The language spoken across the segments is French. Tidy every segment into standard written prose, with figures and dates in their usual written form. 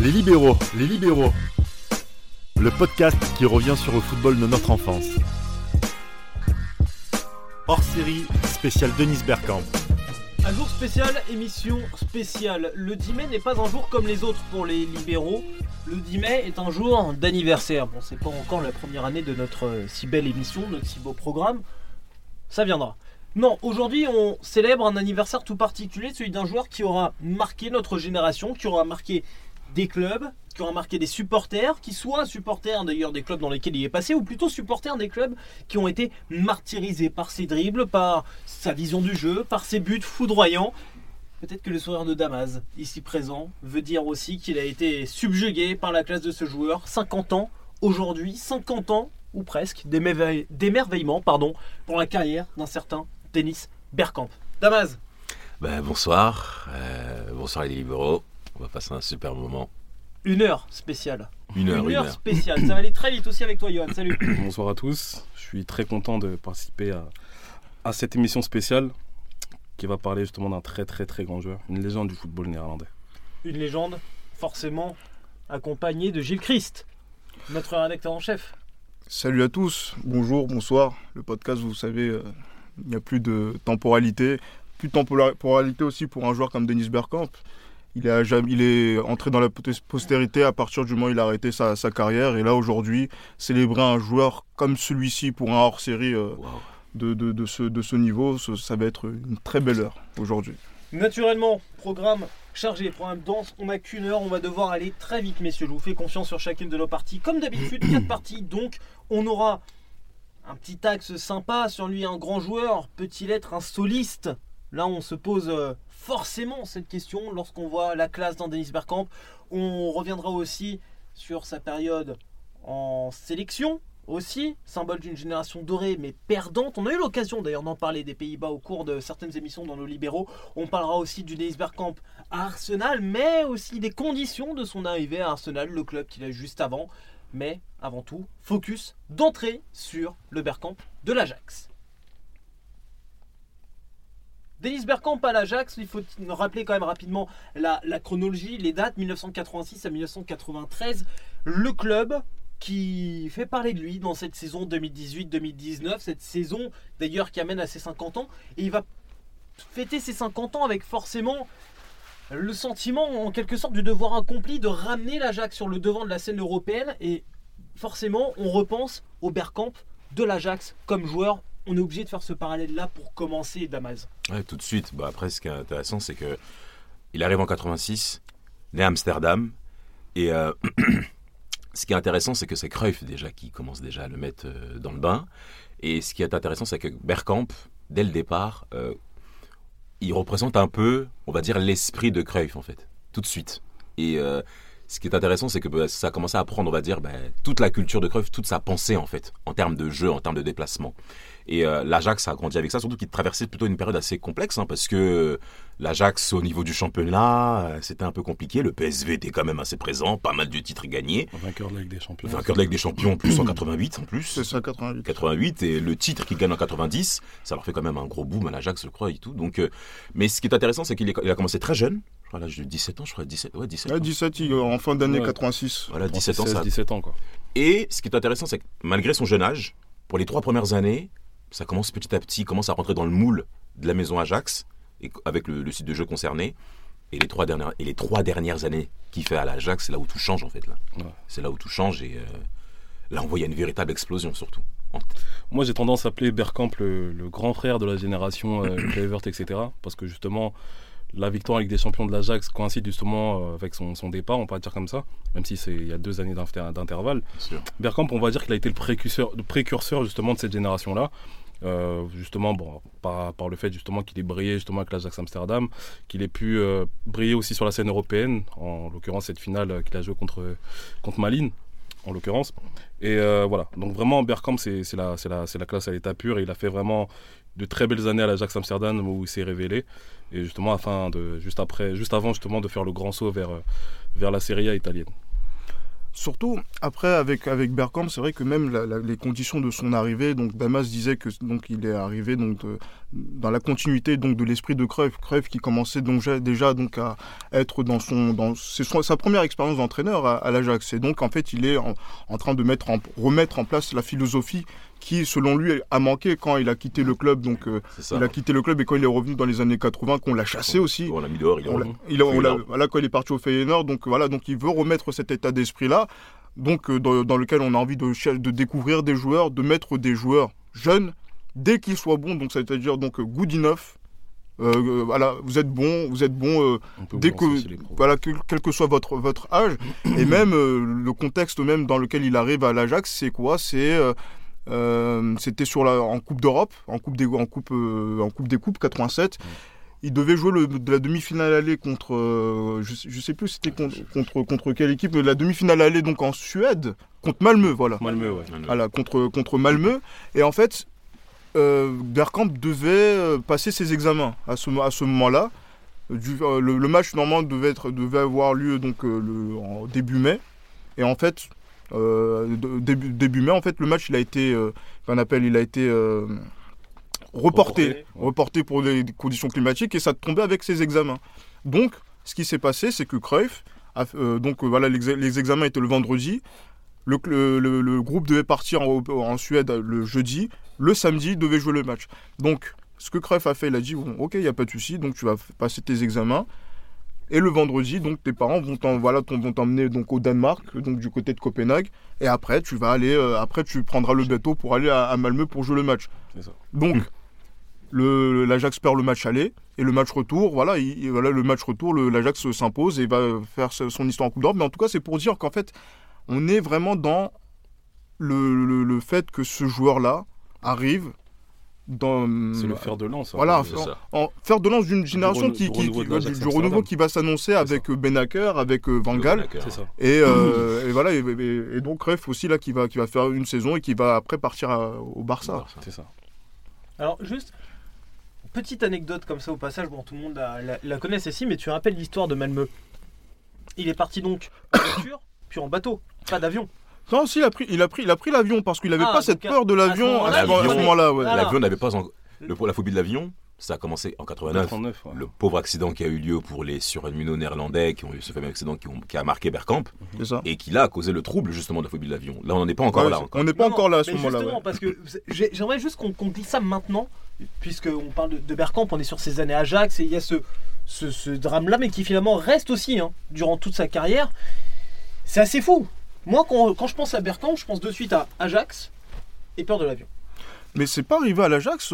Les libéraux. Le podcast qui revient sur le football de notre enfance. Hors série, spécial Dennis Bergkamp. Un jour spécial, émission spéciale. Le 10 mai n'est pas un jour comme les autres pour les libéraux. Le 10 mai est un jour d'anniversaire. Bon, c'est pas encore la première année de notre si belle émission, notre si beau programme. Ça viendra. Non, aujourd'hui on célèbre un anniversaire tout particulier, celui d'un joueur qui aura marqué notre génération, qui aura marqué des clubs, qui aura marqué des supporters, qui soient supporters d'ailleurs des clubs dans lesquels il est passé, ou plutôt supporters des clubs qui ont été martyrisés par ses dribbles, par sa vision du jeu, par ses buts foudroyants. Peut-être que le sourire de Damas, ici présent, veut dire aussi qu'il a été subjugué par la classe de ce joueur. 50 ans, aujourd'hui, 50 ans, ou presque, d'émerveillement pour la carrière d'un certain Dennis Bergkamp. Damas. Bonsoir, bonsoir les libéraux, on va passer un super moment. Une heure spéciale. Une heure spéciale, ça va aller très vite aussi avec toi Johan, salut. Bonsoir à tous, je suis très content de participer à cette émission spéciale qui va parler justement d'un très très très grand joueur, une légende du football néerlandais. Une légende forcément accompagnée de Gilles Christ, notre rédacteur en chef. Salut à tous, bonjour, bonsoir. Le podcast, vous savez, il n'y a plus de temporalité. Plus de temporalité aussi pour un joueur comme Dennis Bergkamp. Il est entré dans la postérité à partir du moment où il a arrêté sa carrière. Et là, aujourd'hui, célébrer un joueur comme celui-ci pour un hors-série de ce niveau, ça va être une très belle heure aujourd'hui. Naturellement, programme chargé, programme dense, on n'a qu'une heure, on va devoir aller très vite messieurs, je vous fais confiance sur chacune de nos parties. Comme d'habitude, 4 parties, donc on aura un petit axe sympa sur lui, un grand joueur, peut-il être un soliste ? Là on se pose forcément cette question lorsqu'on voit la classe dans Dennis Bergkamp. On reviendra aussi sur sa période en sélection, aussi, symbole d'une génération dorée mais perdante. On a eu l'occasion d'ailleurs d'en parler des Pays-Bas au cours de certaines émissions dans nos libéraux. On parlera aussi du Dennis Bergkamp à Arsenal, mais aussi des conditions de son arrivée à Arsenal, le club qu'il a eu juste avant. Mais avant tout, focus d'entrée sur le Bergkamp de l'Ajax. Dennis Bergkamp à l'Ajax, il faut rappeler quand même rapidement la chronologie, les dates, 1986 à 1993. Le club qui fait parler de lui dans cette saison 2018-2019, cette saison d'ailleurs qui amène à ses 50 ans. Et il va fêter ses 50 ans avec forcément le sentiment en quelque sorte du devoir accompli de ramener l'Ajax sur le devant de la scène européenne. Et forcément on repense au Bergkamp de l'Ajax comme joueur. On est obligé de faire ce parallèle-là pour commencer, Damas. Ouais, tout de suite. Après, ce qui est intéressant, c'est qu'il arrive en 86, né à Amsterdam, et ce qui est intéressant, c'est que c'est Cruyff déjà qui commence déjà à le mettre dans le bain. Et ce qui est intéressant, c'est que Bergkamp, dès le départ, il représente un peu, on va dire, l'esprit de Cruyff, en fait, tout de suite. Et ce qui est intéressant, c'est que ça a commencé à prendre, on va dire, toute la culture de Cruyff, toute sa pensée, en fait, en termes de jeu, en termes de déplacement. Et l'Ajax a grandi avec ça, surtout qu'il traversait plutôt une période assez complexe, parce que l'Ajax, au niveau du championnat, c'était un peu compliqué. Le PSV était quand même assez présent, pas mal de titres gagnés. Vainqueur de la Ligue des Champions. Vainqueur de la Ligue des Champions, plus en 88, en plus. C'est ça, 88. 88, et le titre qu'il gagne en 90, ça leur fait quand même un gros boom à l'Ajax, je crois, et tout. Donc, mais ce qui est intéressant, c'est qu'il a commencé très jeune. Je crois à l'âge de 17 ans, 17 ans. 17, en fin d'année 86. Voilà, 17 ans, 17 ans, quoi. Et ce qui est intéressant, c'est que malgré son jeune âge, pour les 3 premières années, ça commence petit à petit, il commence à rentrer dans le moule de la maison Ajax, et avec le site de jeu concerné. Et les 3 dernières années qu'il fait à l'Ajax, c'est là où tout change en fait. Là. Ouais. C'est là où tout change et là on voit il y a une véritable explosion surtout. Moi j'ai tendance à appeler Bergkamp le grand frère de la génération Kluivert, etc. Parce que justement la victoire avec des champions de l'Ajax coïncide justement avec son départ, on peut dire comme ça, même si il y a 2 années d'intervalle. Bergkamp, on va dire qu'il a été le précurseur justement de cette génération-là. Justement par le fait justement qu'il ait brillé justement avec l'Ajax Amsterdam, qu'il ait pu briller aussi sur la scène européenne, en l'occurrence cette finale qu'il a joué contre Malines en l'occurrence, et voilà, donc vraiment Bergkamp c'est la classe à l'état pur, et il a fait vraiment de très belles années à l'Ajax Amsterdam où il s'est révélé, et justement juste avant justement de faire le grand saut vers la Serie A italienne. Surtout, après, avec Bergkamp, c'est vrai que même les conditions de son arrivée, donc Damas disait que donc il est arrivé donc dans la continuité donc de l'esprit de Cruyff qui commençait donc déjà donc à être c'est sa première expérience d'entraîneur à l'Ajax. Et donc en fait, il est en train de remettre en place la philosophie qui, selon lui, a manqué quand il a quitté le club. Donc, il a quitté le club et quand il est revenu dans les années 80, qu'on l'a chassé aussi. On l'a mis dehors, voilà, quand il est parti au Feyenoord. Donc, voilà, donc il veut remettre cet état d'esprit-là, donc, dans lequel on a envie de découvrir des joueurs, de mettre des joueurs jeunes, dès qu'ils soient bons, donc, c'est-à-dire donc, good enough. Voilà, vous êtes bon dès que voilà, quel que soit votre âge. Et même le contexte même dans lequel il arrive à l'Ajax, c'est quoi ? C'était en Coupe d'Europe, en Coupe des Coupes 87. Il devait jouer de la demi-finale aller contre, je sais plus c'était contre quelle équipe, la demi-finale aller donc en Suède contre Malmö, voilà. Malmö. Voilà, contre Malmö. Et en fait, Bergkamp devait passer ses examens à ce moment-là. Le match normalement devait avoir lieu donc en début mai. Et en fait, début mai, en fait, le match il a été reporté pour des conditions climatiques et ça tombait avec ses examens. Donc, ce qui s'est passé, c'est que Cruyff, les examens étaient le vendredi, le groupe devait partir en Suède le jeudi, le samedi devait jouer le match. Donc, ce que Cruyff a fait, il a dit bon, ok, il n'y a pas de souci, donc tu vas passer tes examens. Et le vendredi, donc tes parents vont t'emmener donc au Danemark, donc du côté de Copenhague. Et après, tu prendras le bateau pour aller à Malmö pour jouer le match. C'est ça. Donc, l'Ajax perd le match aller et le match retour. Le match retour, l'Ajax s'impose et va faire son histoire en Coupe d'Europe. Mais en tout cas, c'est pour dire qu'en fait, on est vraiment dans le fait que ce joueur-là arrive. C'est le fer de lance. Voilà, fer de lance d'une génération du renouveau qui va s'annoncer avec Benaker, avec Van Gaal. C'est ça. Et voilà, et donc Cruyff aussi là qui va faire une saison et qui va après partir au Barça. C'est ça. Alors juste, petite anecdote comme ça au passage, bon tout le monde la connaît celle-ci, mais tu rappelles l'histoire de Malmö. Il est parti donc en voiture, puis en bateau, pas d'avion. Non, si, il a pris l'avion parce qu'il n'avait pas cette peur de l'avion à ce l'avion, moment-là. Ouais. L'avion n'avait pas la phobie de l'avion. Ça a commencé en 89. Ouais. Le pauvre accident qui a eu lieu pour les surnuméros néerlandais qui ont eu ce fameux accident qui a marqué Bergkamp et qui là a causé le trouble justement de la phobie de l'avion. Là, on n'en est pas encore là. On n'est pas encore là à ce moment-là. Justement, parce que j'aimerais juste qu'on dise ça maintenant, puisqu'on parle de Bergkamp, on est sur ces années Ajax et il y a ce drame-là, mais qui finalement reste aussi durant toute sa carrière. C'est assez fou. Moi, quand je pense à Bergkamp, je pense de suite à Ajax et peur de l'avion. Mais c'est pas arrivé à l'Ajax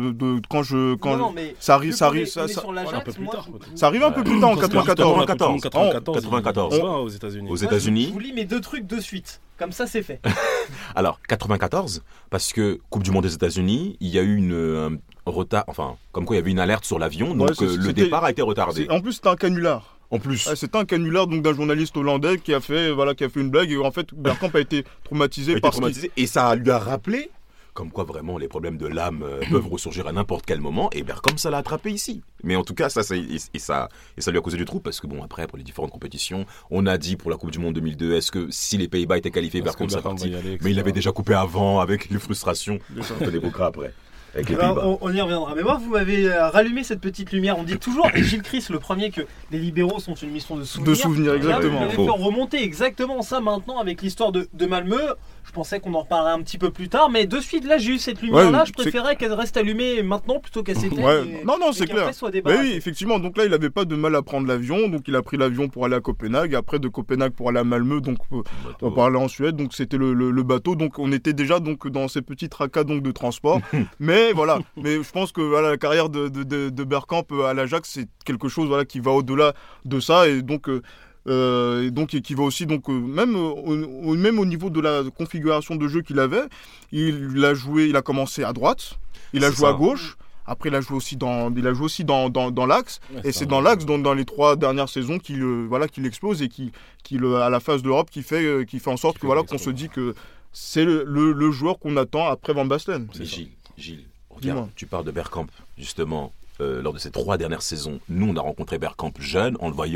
Non, mais ça arrive sur l'Ajax, un peu plus tard. Ça arrive un peu plus tard en 94. 94 aux États-Unis. Aux États-Unis. Je vous lis mes deux trucs de suite. Comme ça, c'est fait. Alors 94 parce que Coupe du Monde des États-Unis, il y a eu un retard, enfin comme quoi il y avait une alerte sur l'avion, donc le départ a été retardé. En plus, c'était un canular. En plus, c'était un canular donc d'un journaliste hollandais qui a fait une blague et en fait Bergkamp a été traumatisé par et ça lui a rappelé comme quoi vraiment les problèmes de l'âme peuvent ressurgir à n'importe quel moment et Bergkamp ça l'a attrapé ici. Mais en tout cas ça lui a causé du trouble parce que bon après pour les différentes compétitions, on a dit pour la Coupe du Monde 2002 est-ce que si les Pays-Bas étaient qualifiés Bergkamp serait parti, mais il avait déjà coupé avant avec les frustrations. On l'évoquera après. Alors, on y reviendra. Mais moi, vous m'avez rallumé cette petite lumière. On dit toujours, et Gilles Christ, le premier, que les libéraux sont une mission de souvenir. De souvenir, exactement. Là, vous m'avez fait remonter exactement ça maintenant avec l'histoire de Malmö. Je pensais qu'on en reparlerait un petit peu plus tard, mais de suite, là, j'ai eu cette lumière-là. Je préférais qu'elle reste allumée maintenant plutôt qu'elle s'éteigne. Non, c'est clair. Oui, effectivement. Donc là, il n'avait pas de mal à prendre l'avion. Donc il a pris l'avion pour aller à Copenhague. Après, de Copenhague pour aller à Malmö, donc pour aller en Suède. Donc c'était le bateau. Donc on était déjà donc dans ces petits tracas donc de transport. Mais voilà. Mais je pense que la carrière de Bergkamp à l'Ajax, c'est quelque chose qui va au-delà de ça et donc qui va aussi même au niveau de la configuration de jeu qu'il avait, il a commencé à droite, il a joué à gauche. Après, il a joué aussi dans l'axe, et c'est dans l'axe, dans les 3 dernières saisons qu'il explose et qui à la phase de l'Europe qui fait en sorte qu'on se dit que c'est le joueur qu'on attend après Van Basten. Gilles. Regarde, tu parles de Bergkamp, justement, lors de ces 3 dernières saisons. Nous, on a rencontré Bergkamp jeune, en le voyant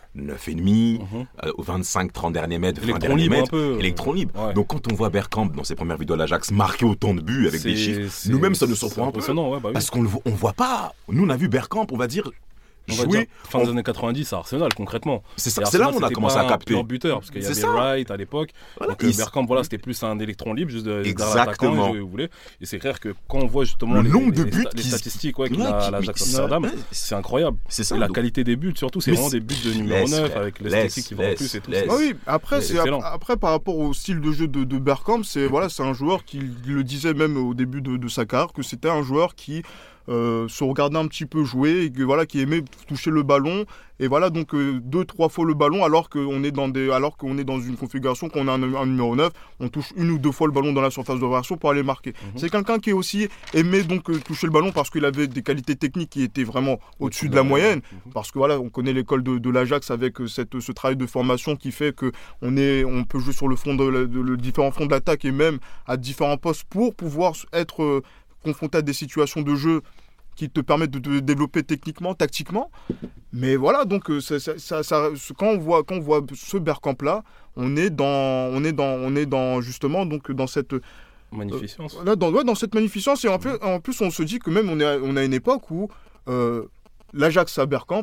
9,5, aux 25-30 derniers mètres, 20 derniers mètres, électron libre. Ouais. Donc quand on voit Bergkamp dans ses premières vidéos à l'Ajax marquer autant de buts avec des chiffres, nous-mêmes ça nous surprend un peu. Ouais, bah oui. Parce qu'on ne voit pas. Nous on a vu Bergkamp, on va dire, jouer fin des années 90 à Arsenal concrètement. C'est ça, c'est là où on a commencé à capter. Un buteur parce qu'il y avait Wright à l'époque. Voilà, donc Bergkamp c'était plus un électron libre juste derrière l'attaquant, vous voulez. Et c'est clair que quand on voit justement le nombre de buts les statistiques qu'il a à l'Ajax Amsterdam, c'est incroyable. C'est ça. Et la qualité des buts surtout, c'est vraiment des buts de numéro 9 avec l'esthétique qui va en plus et tout. Oui, après par rapport au style de jeu de Bergkamp, c'est un joueur qui le disait même au début de sa carrière que c'était un joueur qui se regardait un petit peu jouer et que, qui aimait toucher le ballon et donc 2-3 fois le ballon alors qu'on est dans une configuration qu'on a un numéro 9, on touche 1 ou 2 fois le ballon dans la surface de réaction pour aller marquer. C'est quelqu'un qui aussi aimait toucher le ballon parce qu'il avait des qualités techniques qui étaient vraiment au-dessus de la moyenne, parce que on connaît l'école de l'Ajax avec ce travail de formation qui fait que on peut jouer sur le fond de différents fronts de l'attaque et même à différents postes pour pouvoir être confronté à des situations de jeu qui te permettent de te développer techniquement, tactiquement. Mais donc quand on voit ce Bergkamp là, on est dans justement dans cette magnificence. Dans cette magnificence, et en plus on se dit que même on a une époque où l'Ajax à Bergkamp,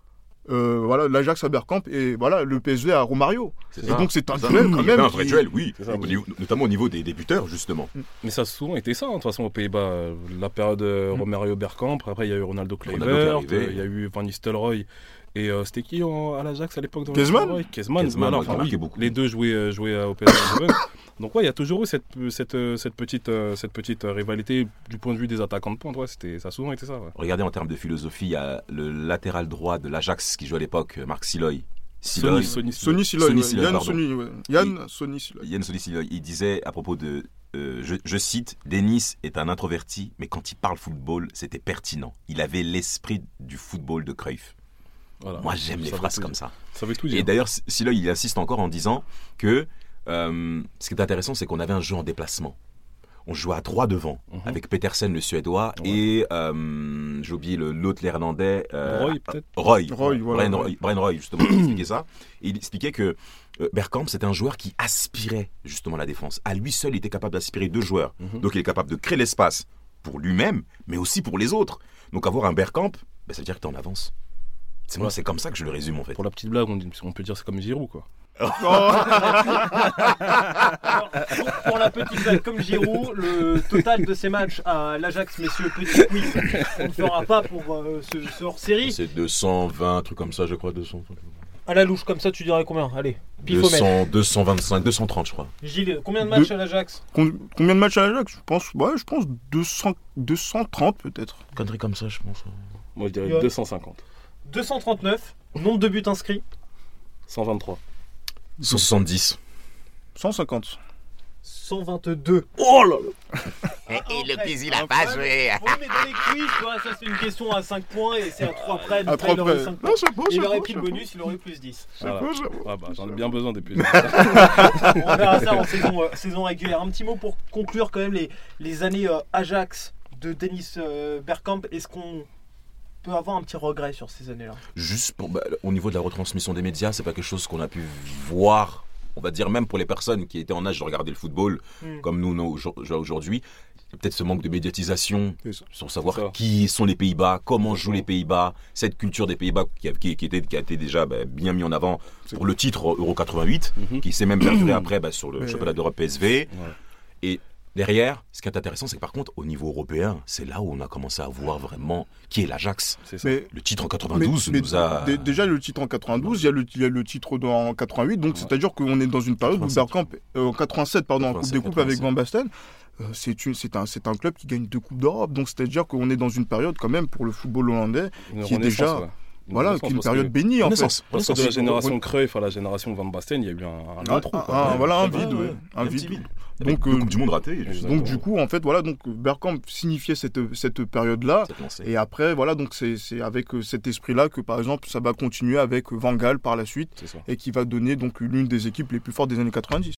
l'Ajax à Bergkamp et le PSV à Romario. Et donc c'est un duel quand même. Un vrai duel, oui. Notamment au niveau des buteurs, justement. Mais ça a souvent été ça, de toute façon, aux Pays-Bas. La période Romario-Bergkamp, après il y a eu Ronaldo Kluivert, il y a eu Van Nistelrooy. Et c'était qui à l'Ajax à l'époque? Kezman. Les deux jouaient au PSV. Donc il y a toujours eu cette petite rivalité du point de vue des attaquants de pointe. Ça a souvent été ça. Ouais. Regardez en termes de philosophie, il y a le latéral droit de l'Ajax qui jouait à l'époque, Marc Siloy. Sonny Siloy. Yann Sonny Siloy. Il disait à propos de, je cite, Denis est un introverti, mais quand il parle football, c'était pertinent. Il avait l'esprit du football de Cruyff. Voilà. Moi, j'aime les phrases comme ça. Ça veut tout dire. Et d'ailleurs, Siloy, il insiste encore en disant que ce qui est intéressant, c'est qu'on avait un jeu en déplacement. On jouait à 3 devant, avec Petersen, le Suédois, et j'ai oublié l'autre néerlandais. Roy, peut-être. Brian Roy, justement, qui expliquait ça. Et il expliquait que Bergkamp, c'était un joueur qui aspirait justement la défense. À lui seul, il était capable d'aspirer 2 joueurs. Donc, il est capable de créer l'espace pour lui-même, mais aussi pour les autres. Donc, avoir un Bergkamp, ça veut dire que tu es en avance. C'est comme ça que je le résume, en fait. Pour la petite blague, on peut dire que c'est comme Giroud, quoi. Alors, pour la petite blague, comme Giroud, le total de ces matchs à l'Ajax, messieurs, petit quiz, on ne fera pas pour ce hors-série. C'est 220, truc comme ça, je crois, 200. À la louche, comme ça, tu dirais combien? Allez, 225, 230, je crois. Gilles, combien de matchs à l'Ajax? Combien de matchs à l'Ajax? Je pense 230 peut-être. Connerie comme ça, je pense. Moi, je dirais 250. 239, nombre de buts inscrits? 123. 170. 150. 122. Oh là là. Et le quiz, il a pas joué. On est dans les quiz, ça c'est une question à 5 points et c'est à 3 près. À 3 près. Il aurait pris le bonus, il aurait plus 10. Voilà. J'en ai bien besoin des plus. On verra ça en saison régulière. Un petit mot pour conclure quand même les années Ajax de Dennis Bergkamp. Est-ce qu'on peut avoir un petit regret sur ces années-là? Juste au niveau de la retransmission des médias, c'est pas quelque chose qu'on a pu voir, on va dire, même pour les personnes qui étaient en âge de regarder le football comme nous aujourd'hui. Peut-être ce manque de médiatisation sur savoir qui sont les Pays-Bas, comment jouent les Pays-Bas, cette culture des Pays-Bas qui a été déjà bien mis en avant pour le titre Euro 88, qui s'est même perduré après sur le championnat d'Europe PSV. Et derrière, ce qui est intéressant, c'est que par contre, au niveau européen, c'est là où on a commencé à voir vraiment qui est l'Ajax. Le titre en 92 nous a... Déjà, le titre en 92, il y a le titre en 88, donc c'est-à-dire qu'on est dans une période où Bergkamp, en 87, en Coupe des Coupes avec Van Basten, c'est un club qui gagne 2 Coupes d'Europe, donc c'est-à-dire qu'on est dans une période quand même pour le football hollandais qui est déjà... Voilà, une période bénie en fait. Parce que de la génération Cruyff à la génération Van Basten, il y a eu un trou. Un vide. Donc Coupe du monde raté. Donc du coup, en fait, donc Bergkamp signifiait cette période-là. Et après, donc c'est avec cet esprit-là que par exemple, ça va continuer avec Van Gaal par la suite et qui va donner donc l'une des équipes les plus fortes des années 90.